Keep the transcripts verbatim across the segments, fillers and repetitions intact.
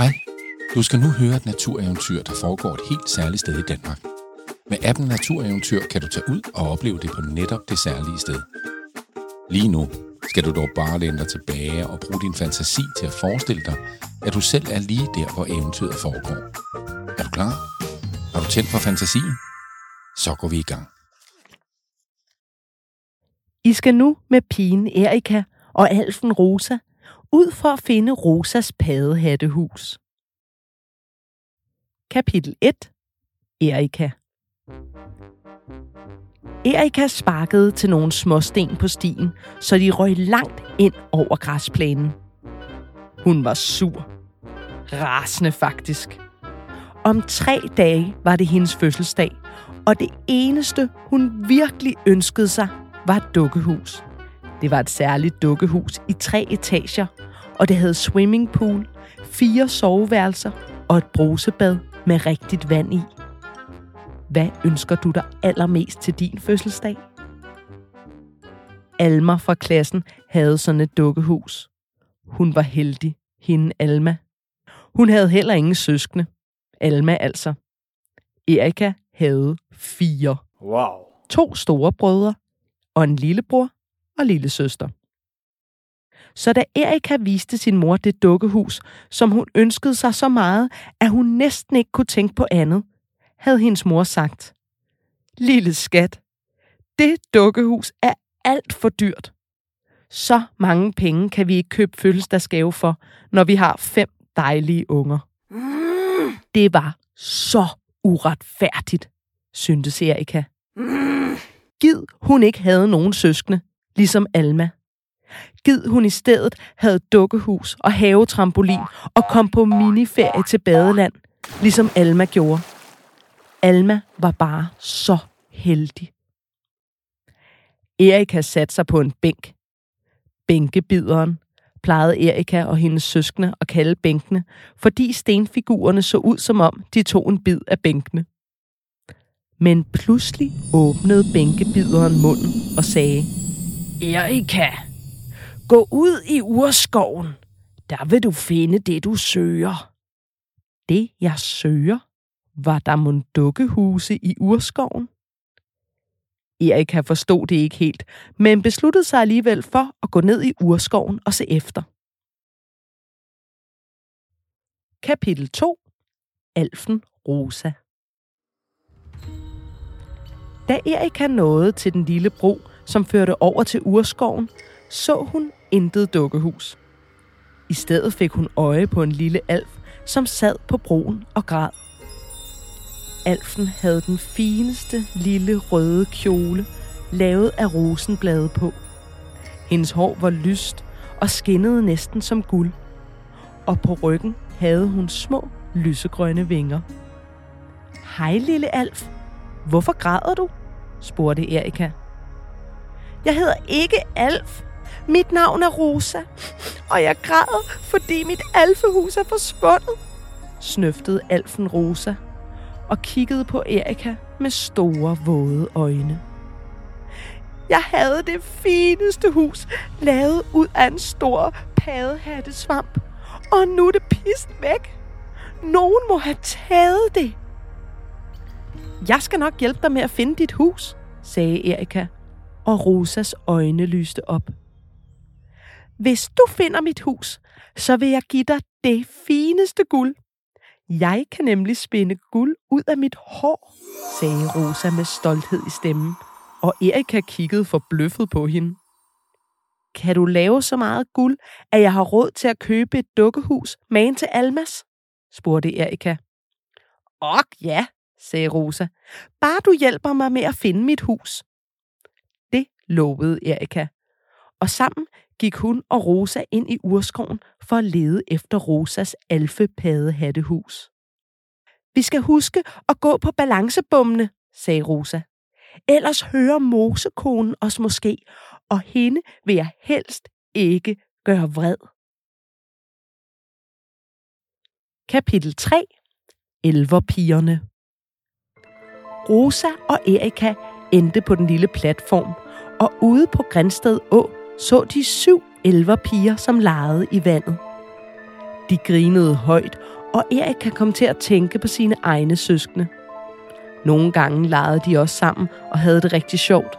Hej, du skal nu høre et natureventyr, der foregår et helt særligt sted i Danmark. Med appen Natureventyr kan du tage ud og opleve det på netop det særlige sted. Lige nu skal du dog bare læne dig tilbage og bruge din fantasi til at forestille dig, at du selv er lige der, hvor eventyret foregår. Er du klar? Har du tændt for fantasien? Så går vi i gang. I skal nu med pigen Erika og alfen Rosa ud for at finde Rosas paddehattehus. Kapitel et. Erika. Erika sparkede til nogle småsten på stien, så de røg langt ind over græsplænen. Hun var sur. Rasende faktisk. Om tre dage var det hendes fødselsdag, og det eneste, hun virkelig ønskede sig, var et dukkehus. Det var et særligt dukkehus i tre etager, og det havde swimmingpool, fire soveværelser og et brusebad med rigtigt vand i. Hvad ønsker du dig allermest til din fødselsdag? Alma fra klassen havde sådan et dukkehus. Hun var heldig, hende Alma. Hun havde heller ingen søskende. Alma altså. Erika havde fire. Wow. To store brødre og en lillebror og lillesøster. Så da Erika viste sin mor det dukkehus, som hun ønskede sig så meget, at hun næsten ikke kunne tænke på andet, havde hendes mor sagt: "Lille skat, det dukkehus er alt for dyrt. Så mange penge kan vi ikke købe fødselsdagsgave for, når vi har fem dejlige unger." Mm. Det var så uretfærdigt, syntes Erika. Mm. Gid hun ikke havde nogen søskende, ligesom Alma. Gid hun i stedet havde dukkehus og havetrampolin og kom på miniferie til badeland, ligesom Alma gjorde. Alma var bare så heldig. Erika satte sig på en bænk. Bænkebideren plejede Erika og hendes søskende at kalde bænkene, fordi stenfigurerne så ud som om de tog en bid af bænkene. Men pludselig åbnede bænkebideren munden og sagde: "Erika, gå ud i urskoven. Der vil du finde det, du søger." Det, jeg søger? Var der mon dukkehuse i urskoven? Erika forstod det ikke helt, men besluttede sig alligevel for at gå ned i urskoven og se efter. Kapitel to. Alfen Rosa. Da Erika nåede til den lille bro, som førte over til urskoven, så hun intet dukkehus. I stedet fik hun øje på en lille alf, som sad på broen og græd. Alfen havde den fineste lille røde kjole, lavet af rosenblade på. Hendes hår var lyst og skinnede næsten som guld, og på ryggen havde hun små lysegrønne vinger. "Hej, lille alf. Hvorfor græder du?" spurgte Erika. "Jeg hedder ikke Alf. Mit navn er Rosa, og jeg græder, fordi mit alfehus er forsvundet," snøftede alfen Rosa og kiggede på Erika med store, våde øjne. "Jeg havde det fineste hus, lavet ud af en stor paddehattesvamp, og nu er det pist væk. Nogen må have taget det." "Jeg skal nok hjælpe dig med at finde dit hus," sagde Erika, og Rosas øjne lyste op. "Hvis du finder mit hus, så vil jeg give dig det fineste guld. Jeg kan nemlig spinde guld ud af mit hår," sagde Rosa med stolthed i stemmen, og Erika kiggede forbløffet på hende. "Kan du lave så meget guld, at jeg har råd til at købe et dukkehus magen til Almas?" spurgte Erika. "Ok, ja," sagde Rosa. "Bare du hjælper mig med at finde mit hus." Det lovede Erika, og sammen gik hun og Rosa ind i urskoven for at lede efter Rosas alfepaddehattehus. "Vi skal huske at gå på balancebummene," sagde Rosa. "Ellers hører mosekonen os måske, og hende vil jeg helst ikke gøre vred." Kapitel tre. Elverpigerne. Rosa og Erika endte på den lille platform, og ude på Grænsted Å så de syv elverpiger, som legede i vandet. De grinede højt og Erika kom til at tænke på sine egne søskende. Nogle gange legede de også sammen og havde det rigtig sjovt.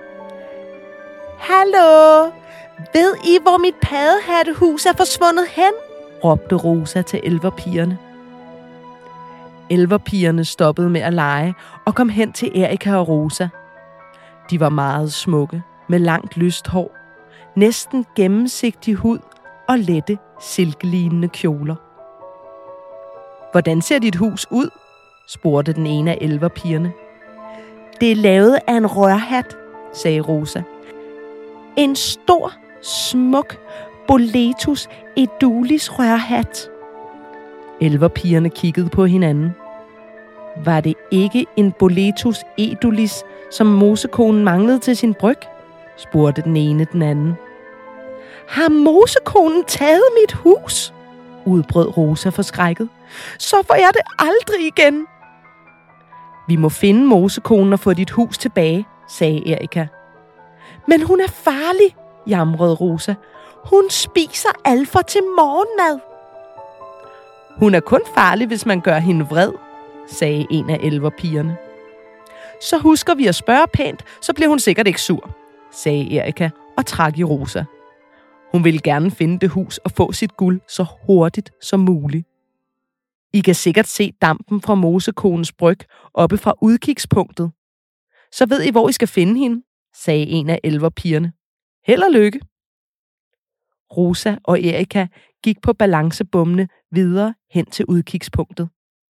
Hallo! Ved I, hvor mit paddehattehus er forsvundet hen? Råbte Rosa til elverpigerne. Elverpigerne stoppede med at lege og kom hen til Erika og Rosa. De var meget smukke, med langt lyst hår, næsten gennemsigtig hud og lette, silkelignende kjoler. Hvordan ser dit hus ud? Spurgte den ene af elverpigerne. Det er lavet af en rørhat, sagde Rosa. En stor, smuk Boletus edulis rørhat. Elverpigerne kiggede på hinanden. Var det ikke en Boletus edulis, som mosekonen manglede til sin bryg? Spurgte den ene den anden. Har mosekonen taget mit hus? Udbrød Rosa forskrækket. Så får jeg det aldrig igen. Vi må finde mosekonen og få dit hus tilbage, sagde Erika. Men hun er farlig, jamrede Rosa. Hun spiser alfer til morgenmad. Hun er kun farlig, hvis man gør hende vred, sagde en af elverpigerne. Så husker vi at spørge pænt, så bliver hun sikkert ikke sur, sagde Erika og trak i Rosa. Hun ville gerne finde det hus og få sit guld så hurtigt som muligt. I kan sikkert se dampen fra mosekonens bryg oppe fra udkigspunktet. Så ved I, hvor I skal finde hende, sagde en af elverpigerne. Held og lykke. Rosa og Erika gik på balancebummene videre hen til udkigspunktet.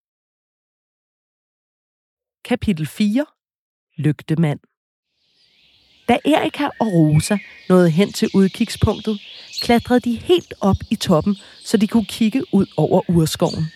Kapitel fire. Lygtemand. Da Erika og Rosa nåede hen til udkigspunktet, klatrede de helt op i toppen, så de kunne kigge ud over urskoven.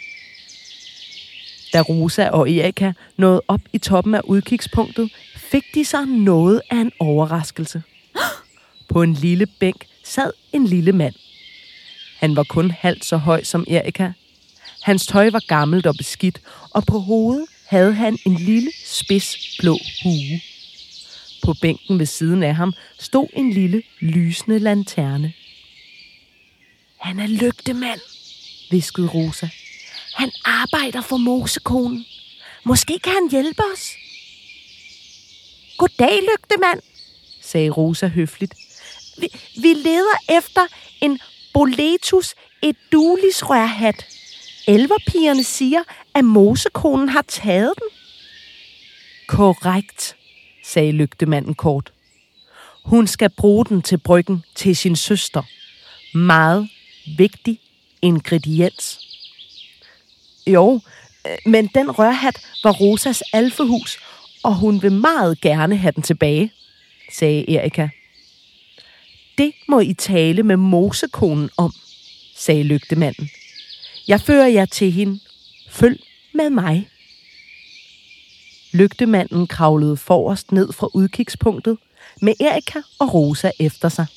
Da Rosa og Erika nåede op i toppen af udkigspunktet, fik de sig noget af en overraskelse. På en lille bænk sad en lille mand. Han var kun halvt så høj som Erika. Hans tøj var gammelt og beskidt, og på hovedet havde han en lille spids blå hue. På bænken ved siden af ham stod en lille lysende lanterne. Han er lygtemand, hviskede Rosa. Han arbejder for mosekonen. Måske kan han hjælpe os. Goddag, lygtemand, sagde Rosa høfligt. Vi, vi leder efter en Boletus edulis rørhat. Elverpigerne siger, at mosekonen har taget den. Korrekt, sagde lygtemanden kort. Hun skal bruge den til bryggen til sin søster. Meget vigtig ingrediens. Jo, men den rørhat var Rosas alfehus, og hun vil meget gerne have den tilbage, sagde Erika. Det må I tale med mosekonen om, sagde lygtemanden. Jeg fører jer til hende. Følg med mig. Lygtemanden kravlede forrest ned fra udkigspunktet med Erika og Rosa efter sig.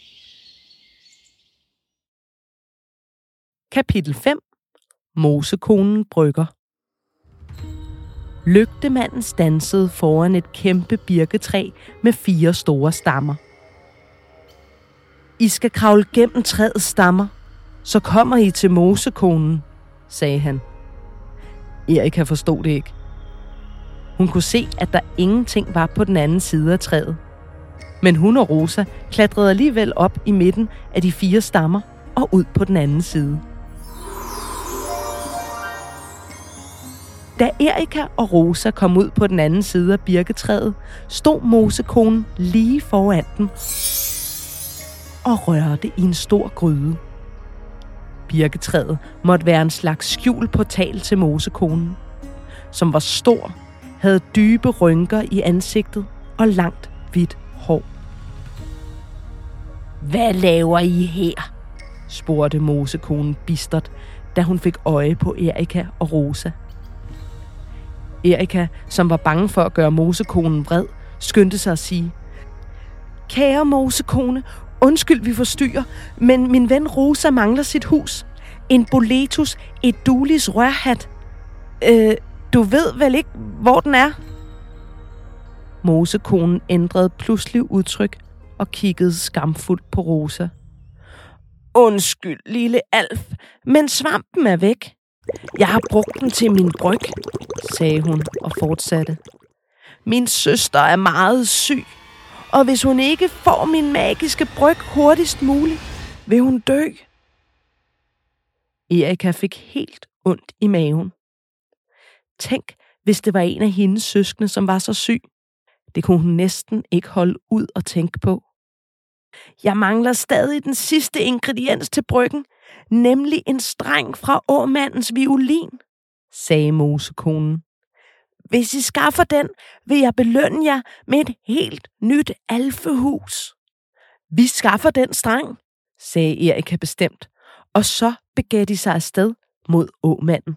Kapitel fem. Mosekonen brygger. Lygtemanden standsede foran et kæmpe birketræ med fire store stammer. I skal kravle gennem træets stammer, så kommer I til mosekonen, sagde han. Erika forstod det ikke. Hun kunne se, at der ingenting var på den anden side af træet. Men hun og Rosa klatrede alligevel op i midten af de fire stammer og ud på den anden side. Da Erika og Rosa kom ud på den anden side af birketræet, stod mosekonen lige foran dem og rørte i en stor gryde. Birketræet måtte være en slags skjulportal til mosekonen, som var stor, havde dybe rynker i ansigtet og langt, hvidt hår. Hvad laver I her? Spurgte mosekonen bistert, da hun fik øje på Erika og Rosa. Erika, som var bange for at gøre mosekonen vred, skyndte sig at sige: Kære mosekone, undskyld vi forstyrrer, men min ven Rosa mangler sit hus. En Boletus edulis rørhat. Øh, du ved vel ikke, hvor den er? Mosekonen ændrede pludselig udtryk og kiggede skamfuldt på Rosa. Undskyld, lille Alf, men svampen er væk, Jeg har brugt den til min bryg, sagde hun og fortsatte. Min søster er meget syg, og hvis hun ikke får min magiske bryg hurtigst muligt, vil hun dø. Erika fik helt ondt i maven. Tænk, hvis det var en af hendes søskende, som var så syg. Det kunne hun næsten ikke holde ud og tænke på. Jeg mangler stadig den sidste ingrediens til bryggen, nemlig en streng fra åmandens violin, sagde mosekonen. Hvis I skaffer den, vil jeg belønne jer med et helt nyt alfehus. Vi skaffer den streng, sagde Erika bestemt, og så begav de sig afsted mod åmanden.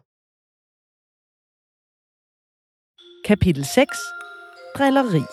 Kapitel seks. Drilleri.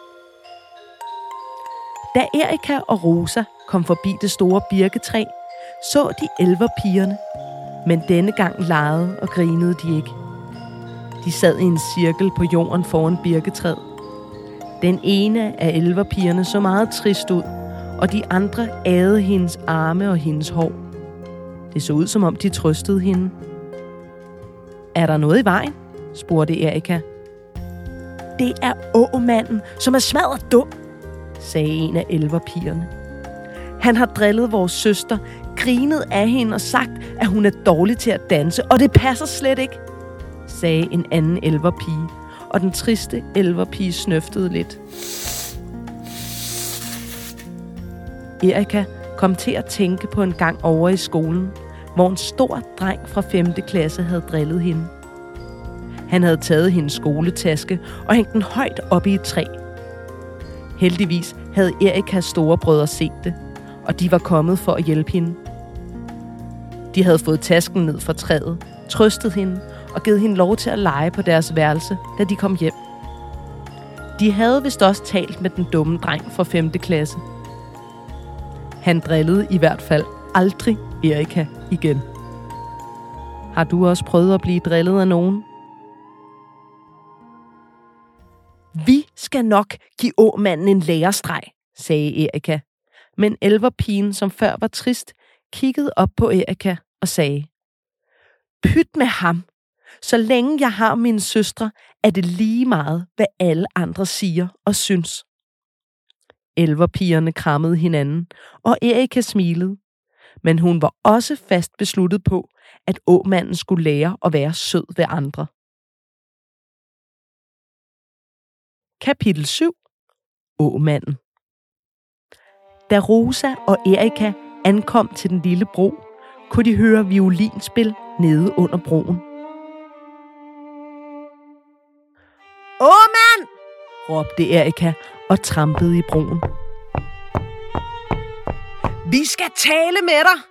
Da Erika og Rosa kom forbi det store birketræ, så de elverpigerne, men denne gang legede og grinede de ikke. De sad i en cirkel på jorden foran birketræet. Den ene af elverpigerne så meget trist ud, og de andre adede hendes arme og hendes hår. Det så ud, som om de trøstede hende. Er der noget i vejen? Spurgte Erika. Det er åmanden, som er smadret dum, sagde en af elverpigerne. Han har drillet vores søster, grinet af hende og sagt, at hun er dårlig til at danse, og det passer slet ikke, sagde en anden elverpige, og den triste elverpige snøftede lidt. Erika kom til at tænke på en gang over i skolen, hvor en stor dreng fra femte klasse havde drillet hende. Han havde taget hendes skoletaske og hængt den højt oppe i et træ. Heldigvis havde Erikas storebrødre set det, og de var kommet for at hjælpe hende. De havde fået tasken ned fra træet, trøstet hende og givet hende lov til at lege på deres værelse, da de kom hjem. De havde vist også talt med den dumme dreng fra femte klasse. Han drillede i hvert fald aldrig Erika igen. Har du også prøvet at blive drillet af nogen? Vi skal nok give åmanden en lærestreg, sagde Erika. Men elverpigen, som før var trist, kiggede op på Erika og sagde, pyt med ham. Så længe jeg har mine søstre, er det lige meget, hvad alle andre siger og synes. Elverpigerne krammede hinanden, og Erika smilede. Men hun var også fast besluttet på, at åmanden skulle lære at være sød ved andre. Kapitel syv. Åmanden. Da Rosa og Erika ankom til den lille bro, kunne de høre violinspil nede under broen. Åmand! råbte Erika og trampede i broen. Vi skal tale med dig!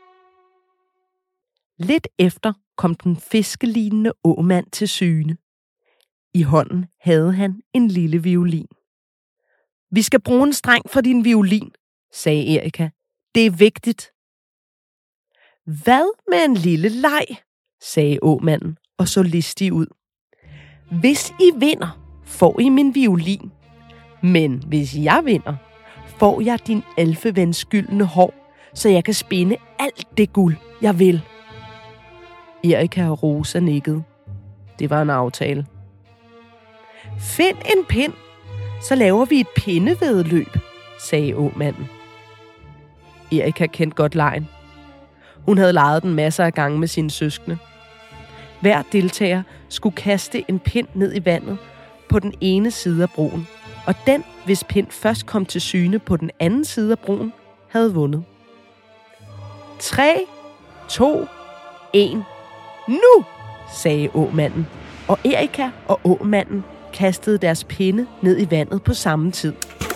Lidt efter kom den fiskelignende åmand til syne. I hånden havde han en lille violin. Vi skal bruge en streng fra din violin, sagde Erika. Det er vigtigt. Hvad med en lille leg, sagde åmanden og så listig ud. Hvis I vinder, får I min violin. Men hvis jeg vinder, får jeg din elfevens gyldne hår, så jeg kan spinde alt det guld, jeg vil. Erika og Rosa nikkede. Det var en aftale. Find en pind, så laver vi et pindevæddeløb, sagde åmanden. Erika kendte godt legen. Hun havde leget den masser af gange med sine søskende. Hver deltager skulle kaste en pind ned i vandet på den ene side af broen, og den, hvis pind først kom til syne på den anden side af broen, havde vundet. Tre, to, en, nu, sagde åmanden, og Erika og åmanden kastede deres pinde ned i vandet på samme tid.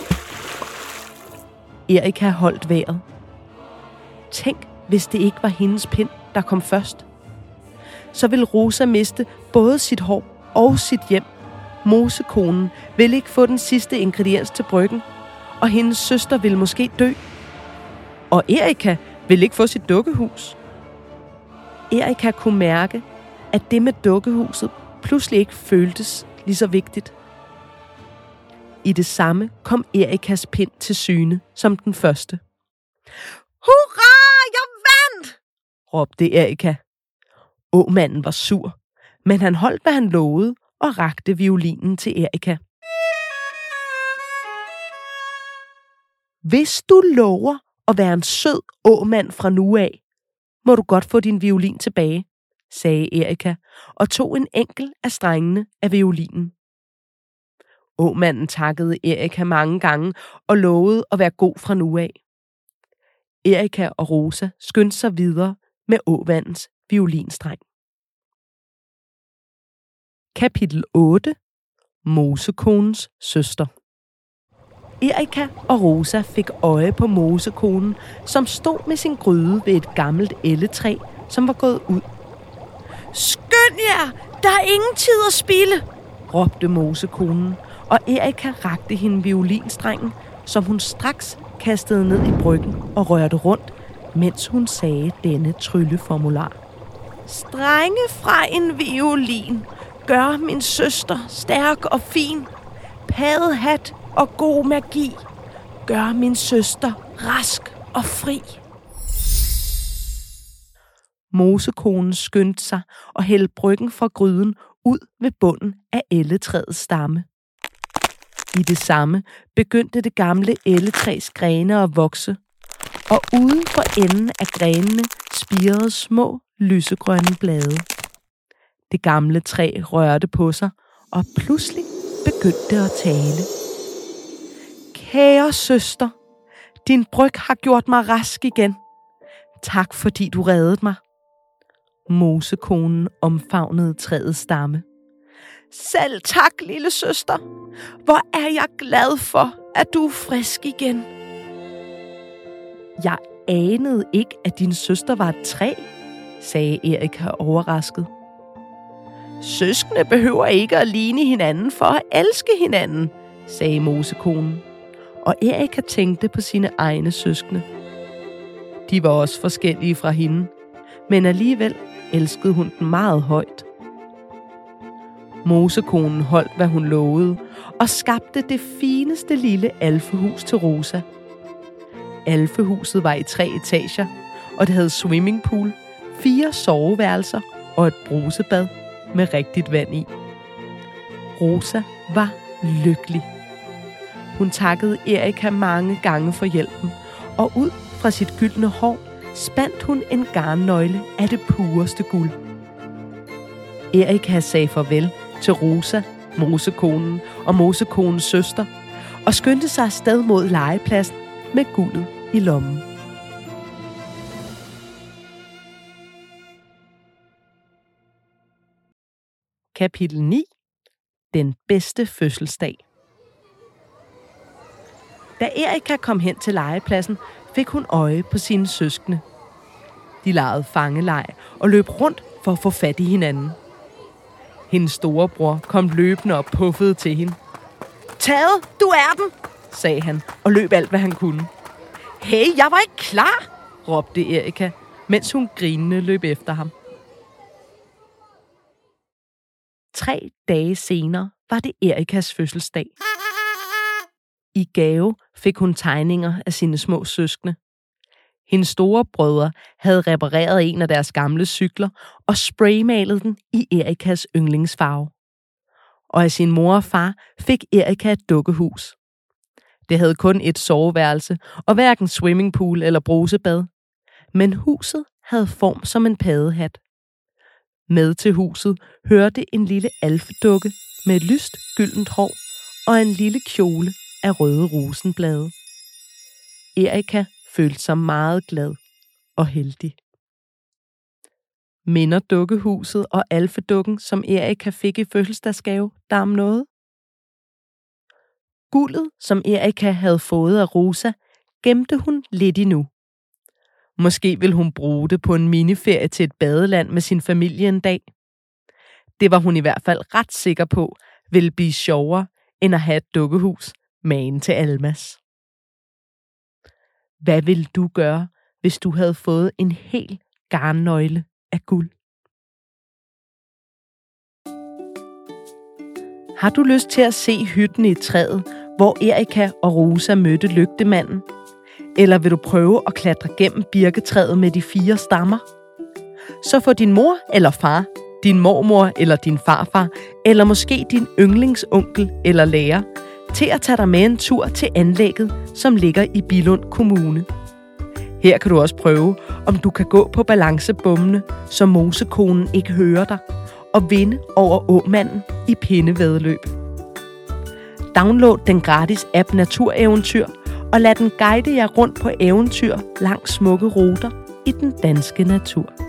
Erika holdt vejret. Tænk, hvis det ikke var hendes pind, der kom først. Så ville Rosa miste både sit hår og sit hjem. Mosekonen ville ikke få den sidste ingrediens til bryggen, og hendes søster ville måske dø. Og Erika ville ikke få sit dukkehus. Erika kunne mærke, at det med dukkehuset pludselig ikke føltes lige så vigtigt. I det samme kom Erikas pind til syne som den første. Hurra, jeg vandt! råbte Erika. Åmanden var sur, men han holdt, hvad han lovede, og rakte violinen til Erika. Hvis du lover at være en sød åmand fra nu af, må du godt få din violin tilbage, sagde Erika og tog en enkel af strengene af violinen. Åmanden takkede Erika mange gange og lovede at være god fra nu af. Erika og Rosa skyndte sig videre med åmandens violinstreng. Kapitel otte. Mosekonens søster. Erika og Rosa fik øje på mosekonen, som stod med sin gryde ved et gammelt elletræ, som var gået ud. Skynd jer! Der er ingen tid at spilde! råbte mosekonen, og Erika rakte hende violinstrengen, som hun straks kastede ned i bryggen og rørte rundt, mens hun sagde denne trylleformular. Strenge fra en violin, gør min søster stærk og fin. Paddehat og god magi, gør min søster rask og fri. Mosekonen skyndte sig og hældte bryggen fra gryden ud ved bunden af elletræets stamme. I det samme begyndte det gamle elletræs grene at vokse, og uden for enden af grenene spirede små lysegrønne blade. Det gamle træ rørte på sig, og pludselig begyndte det at tale. Kære søster, din bryg har gjort mig rask igen. Tak fordi du reddede mig. Mosekonen omfavnede træets stamme. Selv tak, lille søster. Hvor er jeg glad for, at du er frisk igen. Jeg anede ikke, at din søster var et træ, sagde Erika overrasket. Søskende behøver ikke at ligne hinanden for at elske hinanden, sagde mosekonen. Og Erika tænkte på sine egne søskende. De var også forskellige fra hende, men alligevel elskede hun den meget højt. Mosekonen holdt, hvad hun lovede, og skabte det fineste lille alfehus til Rosa. Alfehuset var i tre etager, og det havde swimmingpool, fire soveværelser og et brusebad med rigtigt vand i. Rosa var lykkelig. Hun takkede Erika mange gange for hjælpen, og ud fra sit gyldne hår spandt hun en garnnøgle af det pureste guld. Erika sagde farvel til Rosa, mosekonen og mosekonens søster, og skyndte sig afsted mod legepladsen med guldet i lommen. Kapitel ni. Den bedste fødselsdag. Da Erika kom hen til legepladsen, fik hun øje på sine søskende. De legede fangeleg og løb rundt for at få fat i hinanden. Hendes storebror kom løbende og puffede til hende. Taget, du er den, sagde han og løb alt, hvad han kunne. Hey, jeg var ikke klar, råbte Erika, mens hun grinende løb efter ham. Tre dage senere var det Erikas fødselsdag. I gave fik hun tegninger af sine små søskende. Hendes store brødre havde repareret en af deres gamle cykler og spraymalet den i Erikas yndlingsfarve. Og af sin mor og far fik Erika et dukkehus. Det havde kun et soveværelse og hverken swimmingpool eller brusebad. Men huset havde form som en paddehat. Med til huset hørte en lille alfedukke med et lyst gyldent hår og en lille kjole af røde rosenblade. Erika følte sig meget glad og heldig. Minder dukkehuset og alfedukken, som Erika fik i fødselsdagsgave, der om noget? Guldet, som Erika havde fået af Rosa, gemte hun lidt endnu. Måske ville hun bruge det på en miniferie til et badeland med sin familie en dag. Det var hun i hvert fald ret sikker på, ville blive sjovere end at have et dukkehus magen til Almas. Hvad ville du gøre, hvis du havde fået en hel garnnøgle af guld? Har du lyst til at se hytten i træet, hvor Erika og Rosa mødte lygtemanden? Eller vil du prøve at klatre gennem birketræet med de fire stammer? så få din mor eller far, din mormor eller din farfar, eller måske din yndlingsonkel eller lærer, til at tage dig med en tur til anlægget, som ligger i Billund Kommune. Her kan du også prøve, om du kan gå på balancebummene, så mosekonen ikke hører dig, og vinde over åmanden i pindevæddeløb. Download den gratis app Natureventyr, og lad den guide jer rundt på eventyr langs smukke ruter i den danske natur.